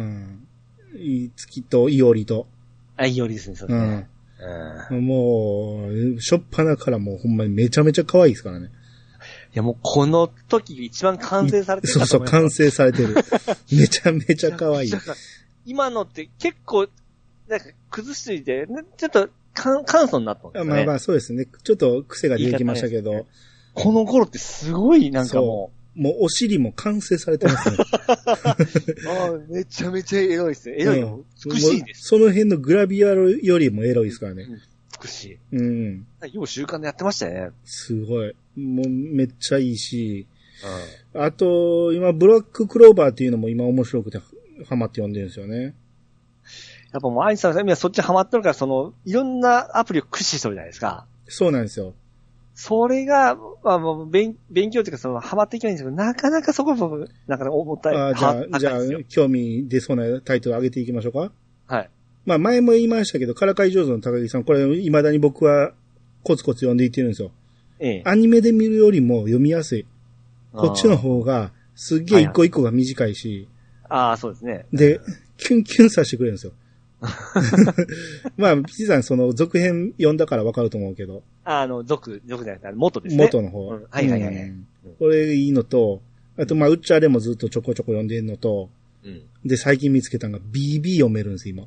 いつきと、いおりと。 あ、いおりですね、そうですね。 うん。もう、しょっぱなからもうほんまにめちゃめちゃ可愛いですからね。 いやもうこの時一番完成されてる。 そうそう、完成されてる。めちゃめちゃ可愛い。 今のって結構、なんか崩しすぎて、ちょっと簡素になったんですね。 まあまあそうですね。ちょっと癖が出てきましたけど。ね、 この頃ってすごいなんかもう。もうお尻も完成されてますね。 あめちゃめちゃエロいですね。エロいの、うん、美しいです。 その辺のグラビアよりもエロいですからね。うん、 美しい。うん。よう習慣でやってましたよね。 すごい。もうめっちゃいいし。うん、あと、今、ブラッククローバーっていうのも今面白くてハマって読んでるんですよね。 やっぱもうアインさんはそっちハマってるから、その、いろんなアプリを駆使してるじゃないですか。 そうなんですよ。 それが、まあ、もう勉、勉強というか、その、ハマっていけないんですけど、なかなかそこ僕、なかなか重たい。 あじゃあ、じゃあ、興味出そうなタイトル上げていきましょうか。 はい。 まあ、前も言いましたけど、からかい上手の高木さん、これ、未だに僕は、コツコツ読んでいってるんですよ。ええ。アニメで見るよりも読みやすい。こっちの方が、すっげえ一個一個が短いし。 はいはい、ああ、そうですね。 で、キュンキュンさせてくれるんですよ。まあ、ピチさん、その、続編読んだからわかると思うけど。 あ、あの、続、続じゃなくて、元ですね。 元の方。うん、 はいはいはい、はいうん。 これいいのと、あと、まあ、うっちゃれもずっとちょこちょこ読んでるのと、うん、で、最近見つけたのが ビービー 読めるんです、今。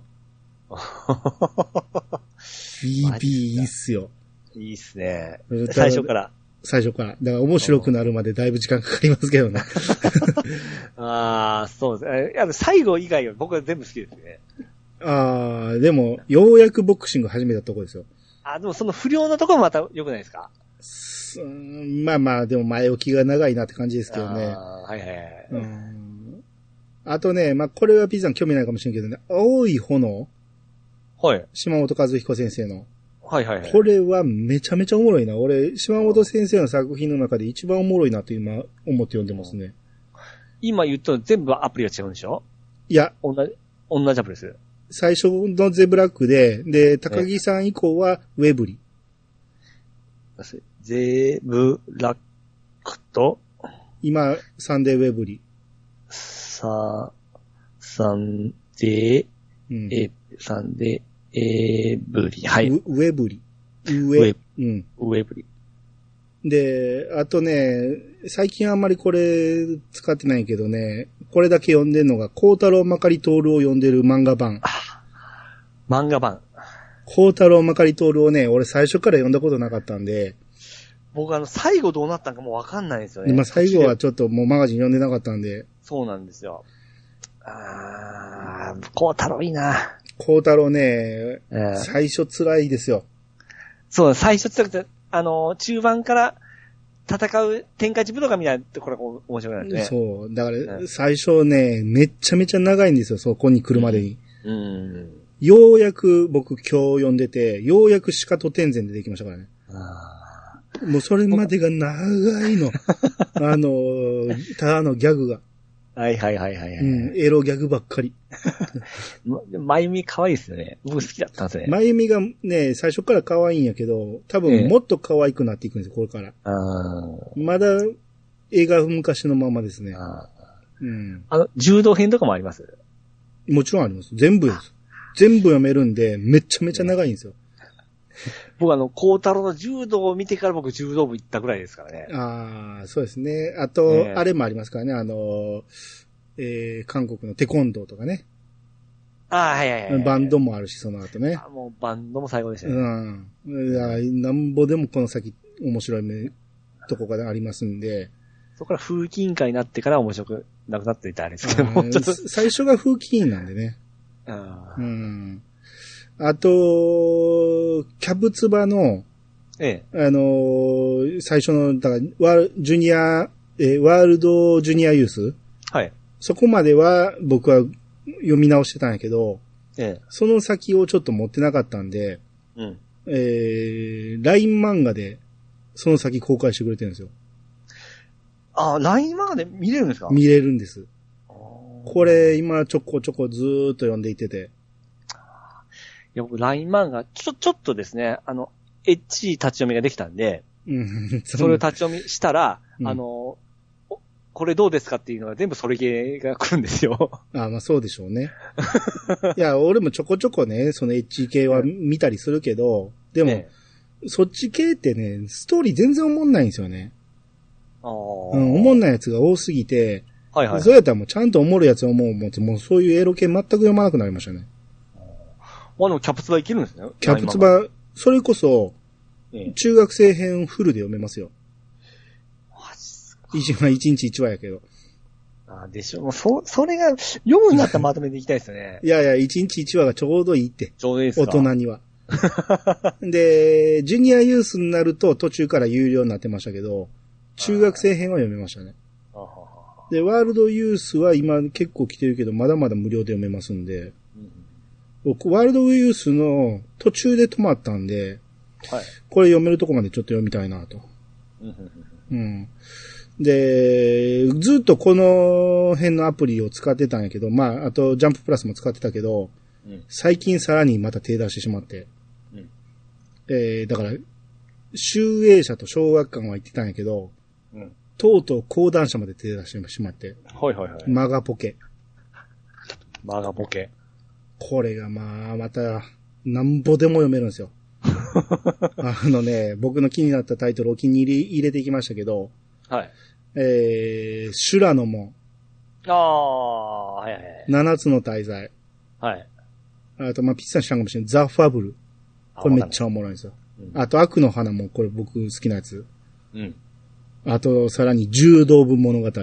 ビービー いいっすよ。 いいっすね。最初から。 最初から。だから面白くなるまでだいぶ時間かかりますけどね。 ああ、そうですね。最後以外は僕は全部好きですね。 ああ、でも、ようやくボクシング始めたとこですよ。 あ、でもその不良のところもまた良くないですか？ うん、まあまあ、でも前置きが長いなって感じですけどね。 あはいはいはい。うん、 あとね、まあこれはピーさん興味ないかもしれんけどね、青い炎。 はい。 島本和彦先生の。 はいはいはい。 これはめちゃめちゃおもろいな。俺、島本先生の作品の中で一番おもろいなって今思って読んでますね。 今言ったの全部アプリが違うんでしょ？ いや。 同じ、同じアプリです。 最初のゼブラックで、で、高木さん以降はウェブリ。 ゼブラックと今、サンデーウェブリ。 さ、サンデー、うん、え、サンデー、エブリ。はい。 ウェブリ。 ウェブ。うん。ウェブリ。 で、あとね、最近あんまりこれ使ってないけどね、これだけ読んでるのが、孝太郎まかり徹を読んでる漫画版。 漫画版。 孝太郎まかり徹をね、俺最初から読んだことなかったんで。 僕あの、最後どうなったんかもうわかんないんですよね。 まあ最後はちょっともうマガジン読んでなかったんで。 そうなんですよ。あー、孝太郎いいな。 孝太郎ね、えー、最初辛いですよ。 そう、最初辛くて、あの、中盤から戦う天下一武道家みたいなところが面白くなるね。 そう。だから、最初ね、めっちゃめちゃ長いんですよ、そこに来るまでに。うん。うんようやく僕今日読んでて、ようやく鹿と天然でできましたからね。あもうそれまでが長いの。あの、ただのギャグが。 はいはいはいはい、はい。 うん、エロギャグばっかり。 まゆみ可愛いですよね。僕好きだったんですね。 まゆみがね、最初から可愛いんやけど、多分もっと可愛くなっていくんですよ、これから。あまだ映画昔のままですね。あうん。あの、柔道編とかもあります？ もちろんあります。全部です。全部読めるんで、めちゃめちゃ長いんですよ。 僕あの、孝太郎の柔道を見てから僕柔道部行ったぐらいですからね。 ああ、そうですね。あと、ね、あれもありますからね、あの、えー、韓国のテコンドーとかね。 ああ、はいはいはい。 バンドもあるし、その後ね。 あもうバンドも最後でしたね。 うん。いや、なんぼでもこの先面白いとこがありますんで。 そこから風紀委員会になってから面白くなくなっていたあれですけども。 最初が風紀委員なんでね。あうん。 あと、キャブツバの、 ええ。 あのー、最初の、だから、ワール、ジュニア、えー、ワールドジュニアユースはい。 そこまでは僕は読み直してたんやけど、 ええ。 その先をちょっと持ってなかったんで、 うん。 えー、ライン 漫画で、その先公開してくれてるんですよ。 ああ、ライン 漫画で見れるんですか？ 見れるんです。これ、今ちょこちょこずーっと読んでいてて。 いや、僕、ライン 漫画、ちょ、ちょっとですね、あの、エッチ立ち読みができたんで、 うん、 それを立ち読みしたら、 うん、 あの、これどうですかっていうのが全部それ系が来るんですよ。 ああ、まあそうでしょうね。いや、俺もちょこちょこね、そのエッチ系は見たりするけど、でも、ええ、そっち系ってね、ストーリー全然おもんないんですよね。 ああ。うん、 おもんないやつが多すぎて、 はいはい。 そうやったらもうちゃんとおもろいやつを思う思って、もうそういうエロ系全く読まなくなりましたね。 まあでもキャプツバいけるんですね。 キャプツバ、それこそ、中学生編フルで読めますよ。 マジっすか。 一話一日一話やけど。 ああ、でしょ。もうそ、それが、読むんだったらまとめていきたいですよね。 いやいや、一日一話がちょうどいいって。 ちょうどいいですか。 大人には。で、ジュニアユースになると途中から有料になってましたけど、中学生編は読めましたね。で、ワールドユースは今結構来てるけど、まだまだ無料で読めますんで、うん、僕、ワールドユースの途中で止まったんで、はい、これ読めるとこまでちょっと読みたいなと。うん、で、ずっとこの辺のアプリを使ってたんやけど、まあ、あとジャンププラスも使ってたけど、うん、最近さらにまた手出してしまって、うん、えー、だから、集英社と小学館は行ってたんやけど、うん、とうとう講談社まで手出してしまって。 はいはいはい。 マガポケ。 マガポケ。 これがまあ、また、なんぼでも読めるんですよ。あのね、僕の気になったタイトルを気に入り入れていきましたけど、はい。えー、修羅の門。 ああ、はいはい。 七つの大罪。はい。あと、まあ、ピッツァン知らんかもしれない。ザ・ファブル。これめっちゃおもろいんですよ。うん、あと、悪の花もこれ僕好きなやつ。うん。あと、さらに、柔道部物語。あ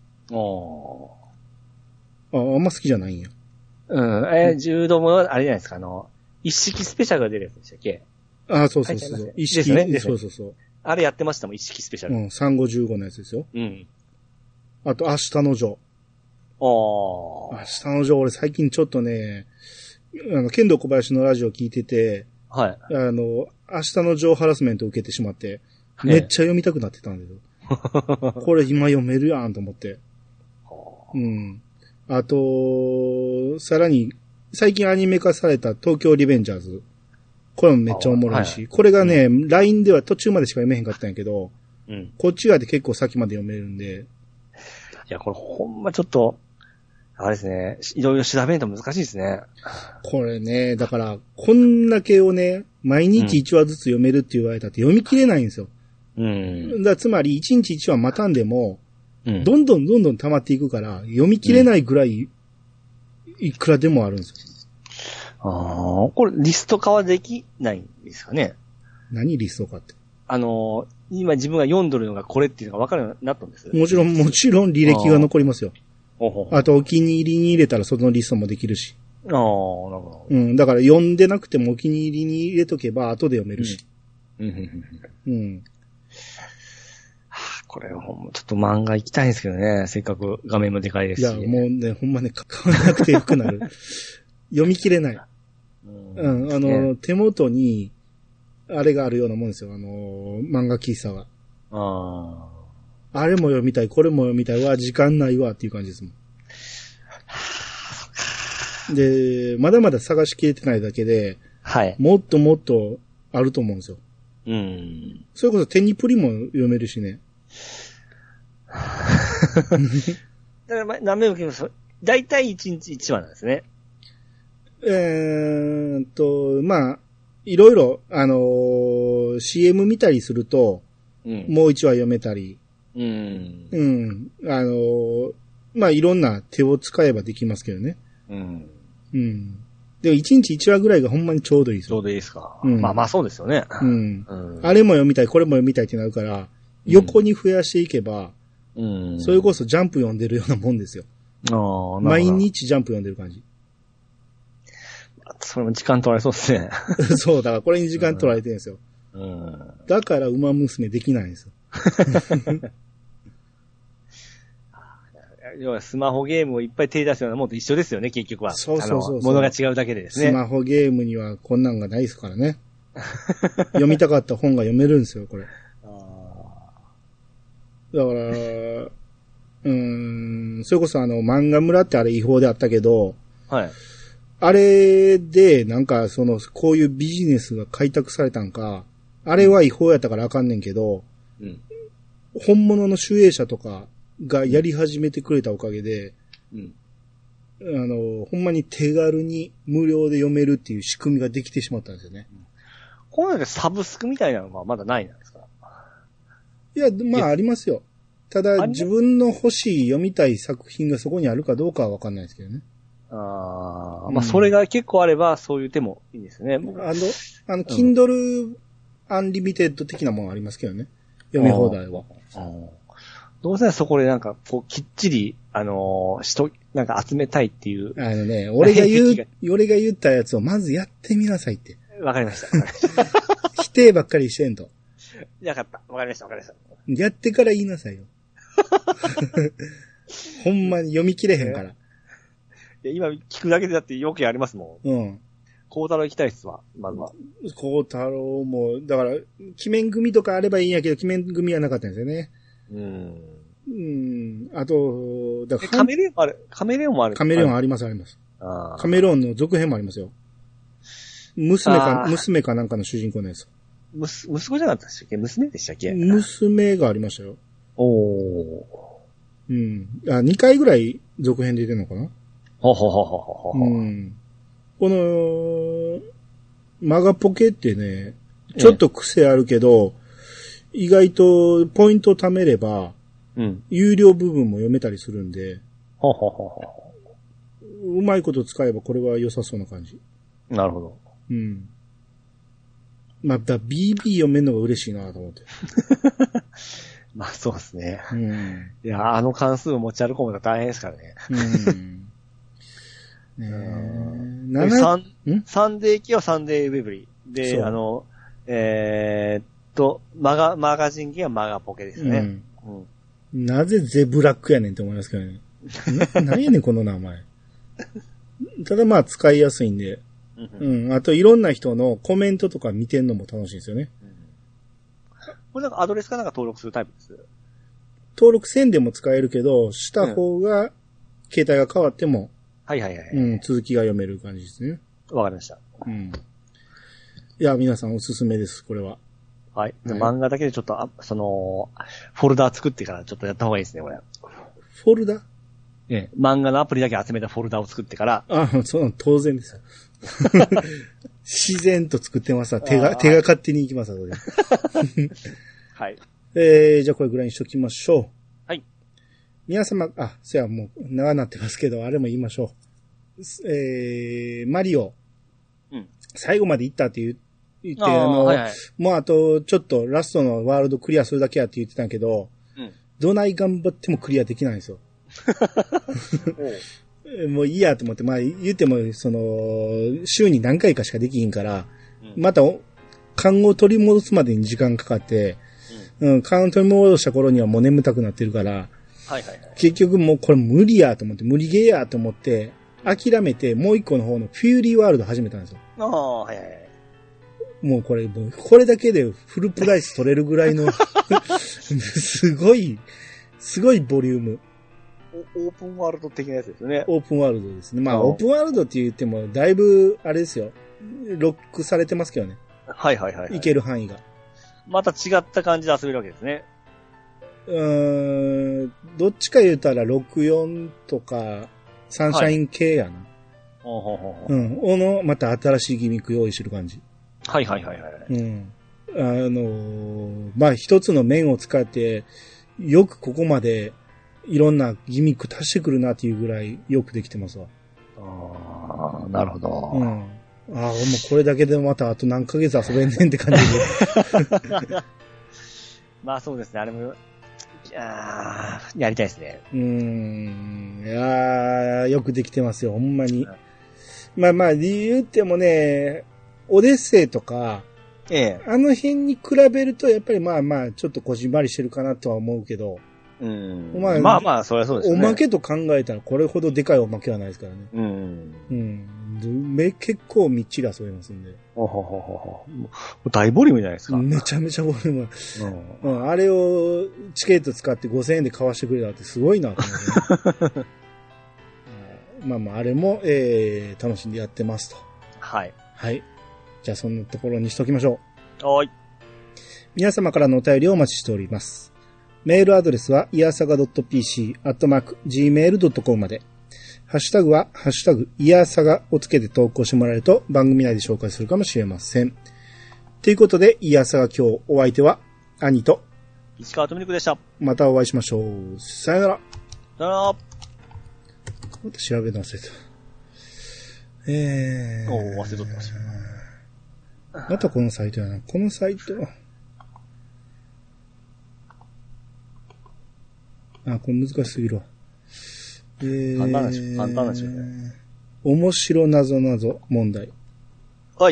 あ。あ、あんま好きじゃないんや。 うん。えー、柔道も、あれじゃないですか、あの、一式スペシャルが出るやつでしたっけ？ ああ、そうそうそう。一式、ね、そうそうそう。 あれやってましたもん、一式スペシャル。 うん、さんごじゅうごのやつですよ。うん。あと、明日のジョー。ああ。明日のジョー、俺最近ちょっとね、あの、剣道小林のラジオ聞いてて、はい。あの、明日のジョーハラスメント受けてしまって、めっちゃ読みたくなってたんだけど。これ今読めるやんと思って。うん。あと、さらに、最近アニメ化された東京リベンジャーズ。これもめっちゃおもろいし。はい、これがね、うん、ライン では途中までしか読めへんかったんやけど、うん、こっち側で結構先まで読めるんで。 いや、これほんまちょっと、あれですね、いろいろ調べると難しいですね。 これね、だから、こんだけをね、毎日いちわずつ読めるって言われたって読み切れないんですよ。うん。だつまりいちにちいちわ待たんでも、うん、どんどんどんどん溜まっていくから、読み切れないぐらい、いくらでもあるんですよ。 ああ、これリスト化はできないんですかね？ 何リスト化って？ あのー、今自分が読んどるのがこれっていうのが分かるようになったんです。 もちろん、もちろん履歴が残りますよ。あ, あとお気に入りに入れたらそのリストもできるし。ああ、なるほど。うん、だから読んでなくてもお気に入りに入れとけば後で読めるし。うん。うん。うんこれほんまちょっと漫画行きたいんですけどね。せっかく画面もでかいですし。 いや、もうね、ほんまね、買わなくてよくなる。読み切れない。うん、うん、あの、ね、手元に、あれがあるようなもんですよ。あの、漫画喫茶が。ああ。あれも読みたい、これも読みたい。わ、時間ないわっていう感じですもん。で、まだまだ探しきれてないだけで、はい。もっともっとあると思うんですよ。うん。それこそテニプリも読めるしね。 だから、ま、何名も聞きます。だいたいいちにちいちわなんですね。 えーっと、まあ、いろいろ、あのー、シーエム 見たりすると、うん、もういちわ読めたり、うん。うん。あのー、まあ、いろんな手を使えばできますけどね。うん。うん。でもいちにちいちわぐらいがほんまにちょうどいいですよ。 ちょうどいいですか。うん、まあまあそうですよね。 うん。うん、あれも読みたい、これも読みたいってなるから、横に増やしていけば、うん、それこそジャンプ読んでるようなもんですよ。ああ、毎日ジャンプ読んでる感じ。 それも時間取られそうですね。 そう、だからこれに時間取られてるんですよ。 うん。 だから馬娘できないんですよ。 要はスマホゲームをいっぱい手出すようなものと一緒ですよね、結局は。 そうそうそうそう。 ものが違うだけでですね。 スマホゲームにはこんなんがないですからね。読みたかった本が読めるんですよ、これ。あだから、うーん、それこそあの、漫画村ってあれ違法であったけど、 はい。 あれで、なんかその、こういうビジネスが開拓されたんか、あれは違法やったからあかんねんけど、うん、本物の集英社とかがやり始めてくれたおかげで、うん、あの、ほんまに手軽に無料で読めるっていう仕組みができてしまったんですよね。うん、 こういうのでサブスクみたいなのはまだないんですか？ いや、まあありますよ。ただ自分の欲しい読みたい作品がそこにあるかどうかはわかんないですけどね。 ああ、まあそれが結構あればそういう手もいいですね。あの、 あの、Kindle Unlimited 的なものありますけどね。読み放題は。 どうせそこでなんか、こう、きっちり、あのー、人、なんか集めたいっていう。 あのね、俺が言う、俺が言ったやつをまずやってみなさいって。 わかりました。 否定ばっかりしてんと。 なかった。わかりました、わかりました。 やってから言いなさいよ。ほんまに読み切れへんから。いや今聞くだけでだって余計ありますもん。うん。孝太郎行きたいっすわ、まずは。 孝太郎も、だから、鬼面組とかあればいいんやけど、鬼面組はなかったんですよね。うん。うん。あと、 だからカメレオンある。カメレオンもある。 カメレオンあります、あります。あカメレオンの続編もありますよ。娘か、娘かなんかの主人公のやつ。 むす、息子じゃなかったでしたっけ？娘でしたっけ？ 娘がありましたよ。おー。うん。あ、にかいぐらい続編で出てるのかな？ほほほほほほ。うん。この、マガポケってね、ちょっと癖あるけど、ええ、意外とポイントを貯めれば、うん、有料部分も読めたりするんで、ほほほほ。うまいこと使えばこれは良さそうな感じ。 なるほど。うん。 また ビービー 読めるのが嬉しいなと思って。 まあそうですね。うん。いや、あの関数を持ち歩こうのが大変ですからね。うん。ねえ。サン、サンデー機はサンデーウェブリー。で、あの、えー、っと、マガ、マガジン機はマガポケですね。うんうん、なぜゼブラックやねんって思いますけどね。な、何やねんこの名前。ただまあ使いやすいんで。うん。あといろんな人のコメントとか見てんのも楽しいですよね。うん、 これなんかアドレスかなんか登録するタイプです。 登録せんでも使えるけど、した方が、携帯が変わっても、 はいはいはい。 うん、続きが読める感じですね。 わかりました。うん。 いや、皆さんおすすめです、これは。 はい。はい、漫画だけでちょっと、あその、フォルダー作ってからちょっとやった方がいいですね、これ。 フォルダ？ ええ、漫画のアプリだけ集めたフォルダを作ってから。 ああ、そうなの、当然ですよ。自然と作ってますわ。手が、手が勝手に行きますわ、これ。はい。えー、じゃあこれぐらいにしときましょう。はい。皆様、あ、そや、もう長なってますけど、あれも言いましょう。えー、マリオ。うん。最後まで行ったって言って、言って、あ, あの、はいはい、もうあと、ちょっとラストのワールドクリアするだけやって言ってたけど、うん。どない頑張ってもクリアできないんですよ。もういいやと思って、まあ言っても、その、週に何回かしかできひんから、うん、また、勘を取り戻すまでに時間かかって、うん、うん、勘を取り戻した頃にはもう眠たくなってるから、はいはいはい、結局もうこれ無理やと思って、無理ゲーやと思って、諦めて、もう一個の方のフューリーワールド始めたんですよ。ああ、はいはい。もうこれ、もうこれだけでフルプライス取れるぐらいの、すごい、すごいボリューム。 オープンワールド的なやつですよね。 オープンワールドですね。まあ、オープンワールドって言っても、だいぶ、あれですよ。ロックされてますけどね。 はいはいはい、はい。 行ける範囲が。 また違った感じで遊べるわけですね。 うーん、どっちか言うたらろくじゅうよんとか、サンシャイン系やな。はい、ほうほうほう。うん。おの、また新しいギミック用意してる感じ。 はいはいはいはい。うん。 あのー、まあ、一つの面を使って、よくここまで、いろんなギミック足してくるなっていうぐらいよくできてますわ。 ああ、なるほど。うん。 ああ、もうこれだけでまたあと何ヶ月遊べんねんって感じで。まあそうですね、あれも、いややりたいですね。 うーん。いやー、よくできてますよ、ほんまに。 まあまあ、理由ってもね、オデッセイとか、 ええ。 あの辺に比べると、やっぱりまあまあ、ちょっとこじんまりしてるかなとは思うけど、 うん。 まあ、 まあまあ、そりゃそうですね。 おまけと考えたら、これほどでかいおまけはないですからね。 うん。 うん。め、結構みっちり遊べますんで。 ほほほほほ。大ボリュームじゃないですか。 めちゃめちゃボリューム。うん。うん、あれをチケット使ってごせんえんで買わしてくれたってすごいなと思って、ね。まあまあ、あれも、えー、楽しんでやってますと。 はい。はい。 じゃあ、そんなところにしときましょう。はい。 皆様からのお便りをお待ちしております。メールアドレスは、いやさが .pc、アットマーク、ジーメールドットコム まで。ハッシュタグは、ハッシュタグ、いやさがをつけて投稿してもらえると、番組内で紹介するかもしれません。ということで、いやさが今日、お相手は、兄と、 石川とみるくでした。 またお会いしましょう。さよなら。 さよなら。 また調べの忘れた。えー。 おー、忘れとってました。 またこのサイトやな。このサイト。あ、これ難しすぎるわ。えー、 簡単ですよ。簡単ですよね。 面白なぞなぞ問題。 はい。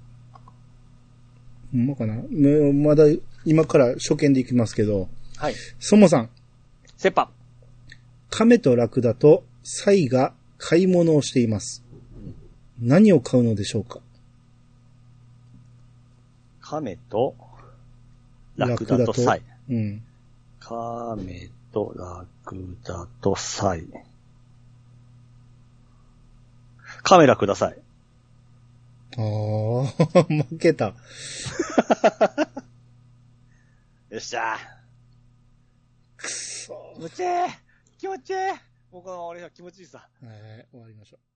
ほんまかな？まだ今から初見でいきますけど。 はい。 そもさん。 セッパ。 亀とラクダとサイが買い物をしています。何を買うのでしょうか？ 亀とラクダとサイ。 うん。 亀とラクダとサイ。カメラください。 ああ、負けた。 よっしゃー。 くそー。 気持ちいい気持ちいい僕は俺は気持ちいいさ。 はい、終わりましょう。